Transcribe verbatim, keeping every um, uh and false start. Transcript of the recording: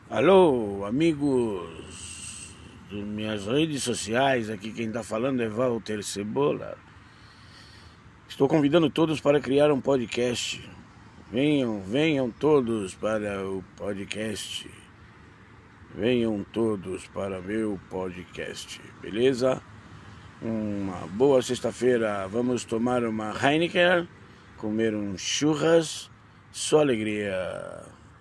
Alô, amigos das minhas redes sociais, aqui quem está falando é Walter Cebola. Estou convidando todos para criar um podcast. Venham, venham todos para o podcast. Venham todos para meu podcast, beleza? Uma boa sexta-feira. Vamos tomar uma Heineken, comer um churras, só alegria.